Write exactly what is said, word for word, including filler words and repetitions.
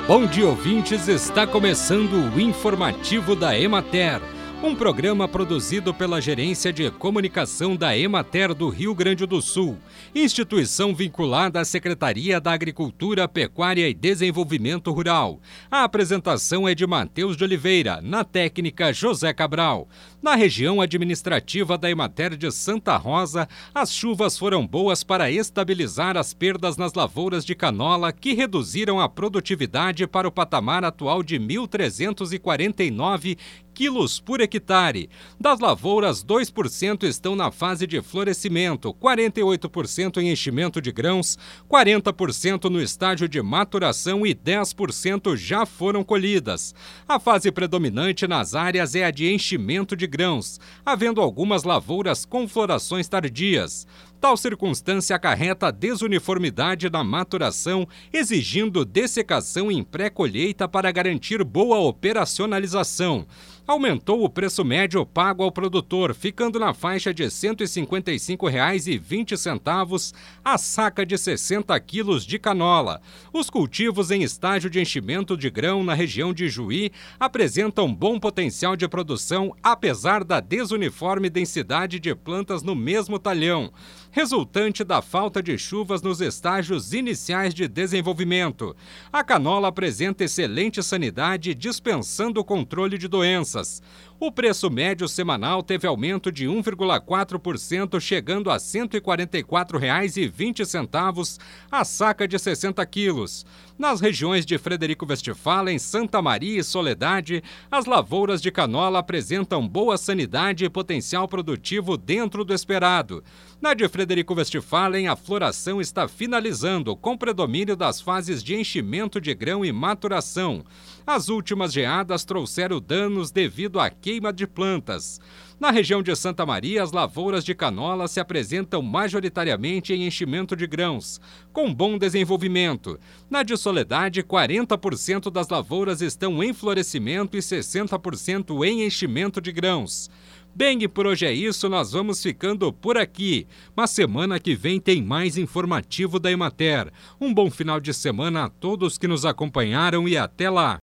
Bom dia, ouvintes, está começando o informativo da Emater, um programa produzido pela Gerência de Comunicação da Emater do Rio Grande do Sul, instituição vinculada à Secretaria da Agricultura, Pecuária e Desenvolvimento Rural. A apresentação é de Matheus de Oliveira, na técnica José Cabral. Na região administrativa da Emater de Santa Rosa, as chuvas foram boas para estabilizar as perdas nas lavouras de canola, que reduziram a produtividade para o patamar atual de mil trezentos e quarenta e nove quilos por hectare. Das lavouras, dois por cento estão na fase de florescimento, quarenta e oito por cento em enchimento de grãos, quarenta por cento no estágio de maturação e dez por cento já foram colhidas. A fase predominante nas áreas é a de enchimento de grãos, havendo algumas lavouras com florações tardias. Tal circunstância acarreta desuniformidade na maturação, exigindo dessecação em pré-colheita para garantir boa operacionalização. Aumentou o preço médio pago ao produtor, ficando na faixa de cento e cinquenta e cinco reais e vinte centavos a saca de sessenta quilos de canola. Os cultivos em estágio de enchimento de grão na região de Juí apresentam bom potencial de produção, apesar da desuniforme densidade de plantas no mesmo talhão, resultante da falta de chuvas nos estágios iniciais de desenvolvimento. A canola apresenta excelente sanidade, dispensando o controle de doenças. O preço médio semanal teve aumento de um vírgula quatro por cento, chegando a cento e quarenta e quatro reais e vinte centavos a saca de sessenta quilos. Nas regiões de Frederico Westphalen, Santa Maria e Soledade, as lavouras de canola apresentam boa sanidade e potencial produtivo dentro do esperado. Na de Frederico Westphalen, a floração está finalizando, com predomínio das fases de enchimento de grão e maturação. As últimas geadas trouxeram danos devido à queima de plantas. Na região de Santa Maria, as lavouras de canola se apresentam majoritariamente em enchimento de grãos, com bom desenvolvimento. Na de Soledade, quarenta por cento das lavouras estão em florescimento e sessenta por cento em enchimento de grãos. Bem, e por hoje é isso, nós vamos ficando por aqui. Mas semana que vem tem mais informativo da Emater. Um bom final de semana a todos que nos acompanharam e até lá!